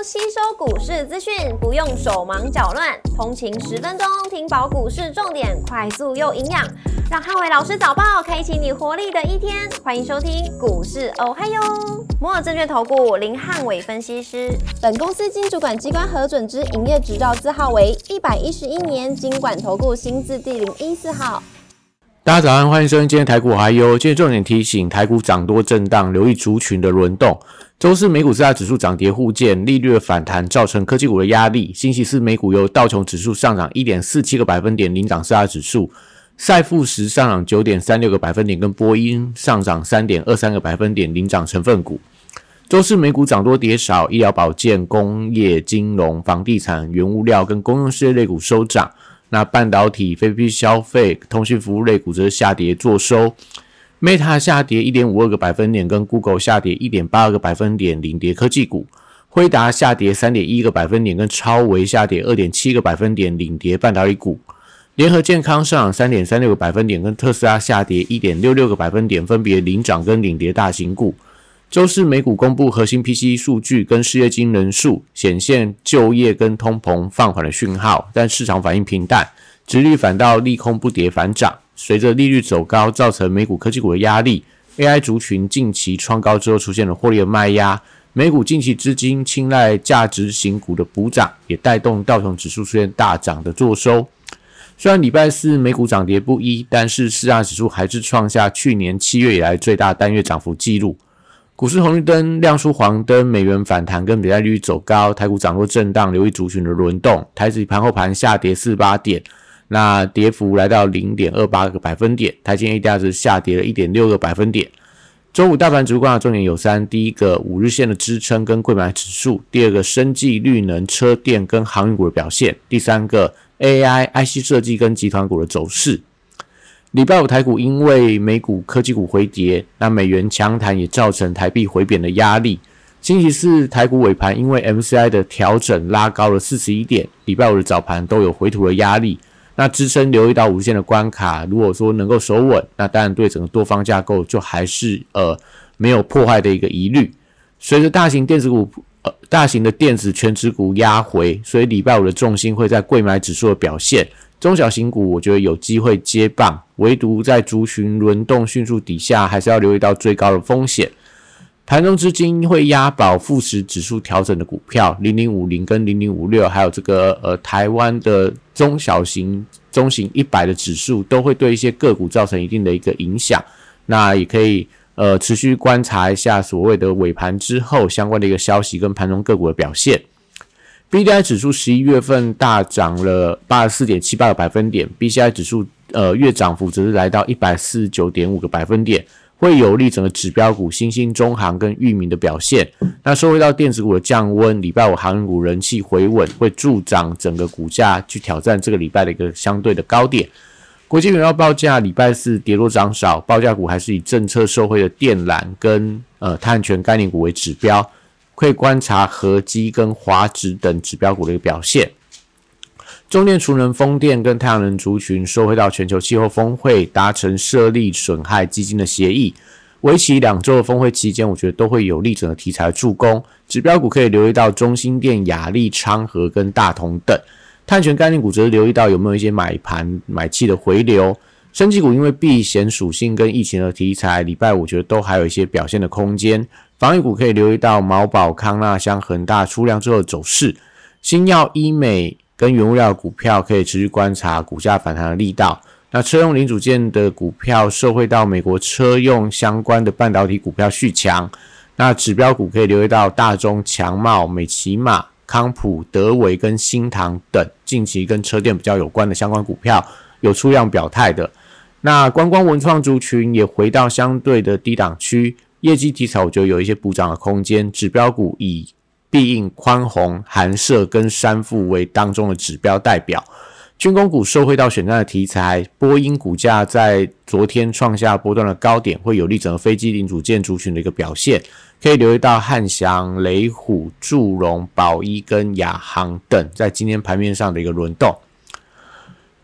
吸收股市资讯，不用手忙脚乱，通勤10分钟听饱股市重点，快速又营养，让汉伟老师早报开启你活力的一天。欢迎收听股市哦嗨哟，摩尔证券投顾林汉伟分析师。本公司经主管机关核准之营业执照字号为111年金管投顾新字第014号。 大家早安，欢迎收听今天台股还有。今天重点提醒，台股涨多震荡，留意族群的轮动。周四美股四大指数涨跌互见，利率的反弹造成科技股的压力。星期四美股由道琼指数上涨 1.47 个百分点领涨四大指数，赛富时上涨 9.36 个百分点，跟波音上涨 3.23 个百分点领涨成分股。周四美股涨多跌少，医疗保健、工业、金融、房地产、原物料跟公用事业类股收涨。那半导体、非必需消费、通讯服务类股则下跌作收。Meta 下跌 1.52 个百分点，跟 Google 下跌 1.82 个百分点领跌科技股。辉达下跌 3.1 个百分点，跟超微下跌 2.7 个百分点领跌半导体股。联合健康上涨 3.36 个百分点，跟特斯拉下跌 1.66 个百分点，分别领涨跟领跌大型股。周四美股公布核心 PCE 数据跟失业金人数，显现就业跟通膨放缓的讯号，但市场反应平淡，殖利率反倒利空不跌反涨。随着利率走高，造成美股科技股的压力， AI 族群近期创高之后出现了获利的卖压，美股近期资金青睐价值型股的补涨，也带动道琼指数出现大涨的作收。虽然礼拜四美股涨跌不一，但是四大指数还是创下去年7月以来最大单月涨幅纪录。股市红绿灯亮出黄灯，美元反弹跟比债利率走高，台股涨多震荡，留意族群的轮动。台指盘后盘下跌48点，那跌幅来到 0.28 个百分点，台积电 ADR 值下跌了 1.6 个百分点。周五大盘指数观察重点有3，第一个5日线的支撑跟柜买指数，第二个生技、绿能、车电跟航运股的表现，第三个 AI、IC 设计跟集团股的走势。礼拜五台股因为美股科技股回跌，那美元强弹也造成台币回贬的压力。星期四台股尾盘因为 MSCI 的调整拉高了41点，礼拜五的早盘都有回吐的压力。那支撑留意到5日线的关卡，如果说能够守稳，那当然对整个多方架构就还是没有破坏的一个疑虑。随着大型的电子全指股压回，所以礼拜五的重心会在柜买指数的表现。中小型股我觉得有机会接棒，唯独在族群轮动迅速底下，还是要留意到最高的风险。盘中资金会押宝富时指数调整的股票0050跟0056，还有这个台湾的中型100的指数，都会对一些个股造成一定的一个影响。那也可以持续观察一下所谓的尾盘之后相关的一个消息跟盘中个股的表现。BDI 指数11月份大涨了 84.78 个百分点， BCI 指数月涨幅则是来到 149.5 个百分点，会有利整个指标股新兴、中航跟裕民的表现。那收回到电子股的降温，礼拜五航运股人气回稳，会助长整个股价去挑战这个礼拜的一个相对的高点。国际原料报价礼拜四跌多涨少，报价股还是以政策受惠的电缆跟碳权概念股为指标，可以观察合基跟华指等指标股的一个表现。中电、储能、风电跟太阳能族群收回到全球气候峰会，达成设立损害基金的协议。为期2周的峰会期间，我觉得都会有利整个题材的助攻。指标股可以留意到中兴电、亚力、昌河跟大同等。碳权概念股则是留意到有没有一些买气的回流。生技股因为避险属性跟疫情的题材，礼拜五我觉得都还有一些表现的空间。防疫股可以留意到毛宝、康那香、恒大出量之后的走势。新药、医美跟原物料的股票可以持续观察股价反弹的力道。那车用零组件的股票受惠到美国车用相关的半导体股票续强。那指标股可以留意到大中、强茂、美骑马、康普、德微跟新唐等近期跟车电比较有关的相关股票有出量表态的。那观光文创族群也回到相对的低档区，业绩题材我觉得有一些补涨的空间。指标股以必应、宽宏、寒舍跟山富为当中的指标代表。军工股受惠到选战的题材，波音股价在昨天创下波段的高点，会有利整个飞机零组件族群的一个表现。可以留意到汉翔、雷虎、祝融、宝一跟亚航等在今天盘面上的一个轮动。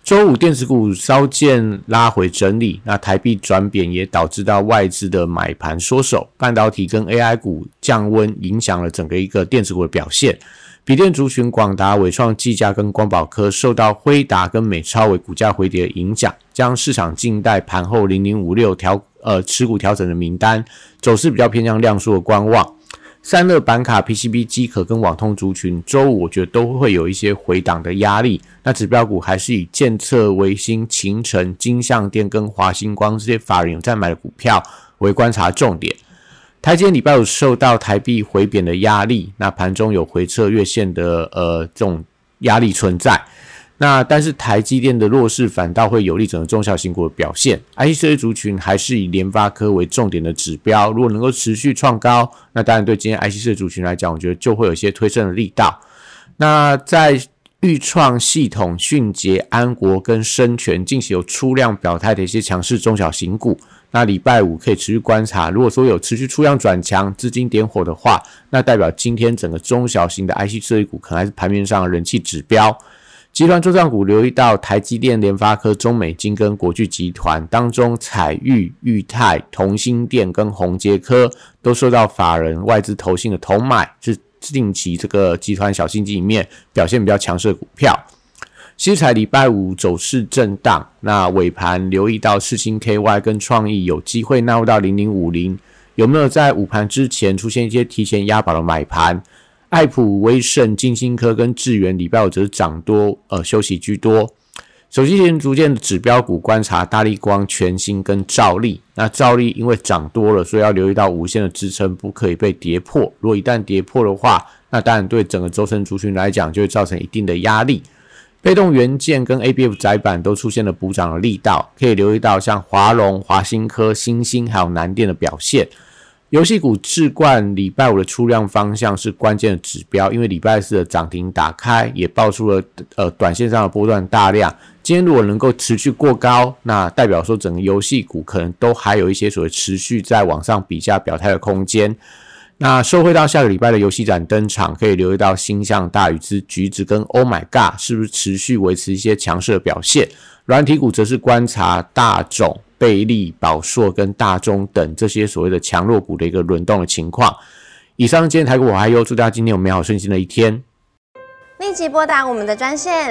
周五电子股稍见拉回整理，那台币转贬也导致到外资的买盘缩手，半导体跟 AI 股降温，影响了整个一个电子股的表现。笔电族群广达、伟创、技嘉跟光宝科受到辉达跟美超微股价回跌的影响，将市场静待盘后0056持股调整的名单，走势比较偏向量缩的观望。散热板卡、PCB 机壳跟网通族群，周五我觉得都会有一些回档的压力。那指标股还是以建策、微星、勤诚、金像电跟华星光这些法人有在买的股票为观察重点。台积电礼拜五受到台币回贬的压力，那盘中有回撤月线的这种压力存在。那但是台积电的弱势反倒会有利整个中小型股的表现。IC 设计族群还是以联发科为重点的指标，如果能够持续创高，那当然对今天 IC 设计族群来讲，我觉得就会有一些推升的力道。那在裕创系统、迅捷、安国跟深全近期有出量表态的一些强势中小型股，那礼拜五可以持续观察，如果说有持续出量转强、资金点火的话，那代表今天整个中小型的 IC 设计股可能还是盘面上的人气指标。集团作战股留意到台积电、联发科、中美金跟国巨集团当中，彩玉、裕泰、同心电跟宏捷科都受到法人外资投信的投买，是近期这个集团小金鸡里面表现比较强势的股票。西彩礼拜五走势震荡，那尾盘留意到世芯 KY 跟创意有机会纳入到0050，有没有在午盘之前出现一些提前押宝的买盘？爱普、威盛、金星科跟智原礼拜五则是涨多，休息居多。手机型逐渐的指标股观察大立光、全新跟兆利。那兆利因为涨多了，所以要留意到无限的支撑不可以被跌破。如果一旦跌破的话，那当然对整个轴承族群来讲就会造成一定的压力。被动元件跟 ABF 载板都出现了补涨的力道，可以留意到像华荣、华新科、新兴还有南电的表现。游戏股智冠礼拜五的出量方向是关键的指标，因为礼拜四的涨停打开也爆出了短线上的波段大量。今天如果能够持续过高，那代表说整个游戏股可能都还有一些所谓持续在往上比价表态的空间。那受惠到下个礼拜的游戏展登场，可以留意到星象、大宇资、橘子跟 Oh My God 是不是持续维持一些强势的表现。软体股则是观察大众、贝利、宝硕跟大中等这些所谓的强弱股的一个轮动的情况。以上今天台股我还有，祝大家今天有美好顺心的一天。 立即拨打我们的专线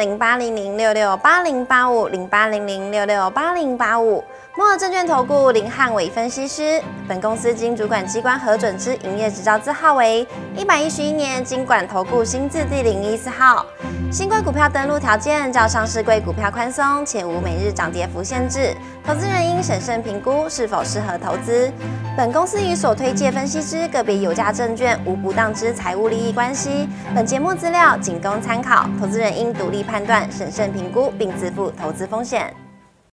0800668085 0800668085。摩尔证券投顾林汉伟分析师，本公司经主管机关核准之营业执照字号为111年金管投顾新字第014号。新规股票登录条件较上市柜股票宽松，且无每日涨跌幅限制，投资人应审慎评估是否适合投资。本公司与所推介分析之个别有价证券无不当之财务利益关系。本节目资料仅供参考，投资人应独立判断、审慎评估，并自负投资风险。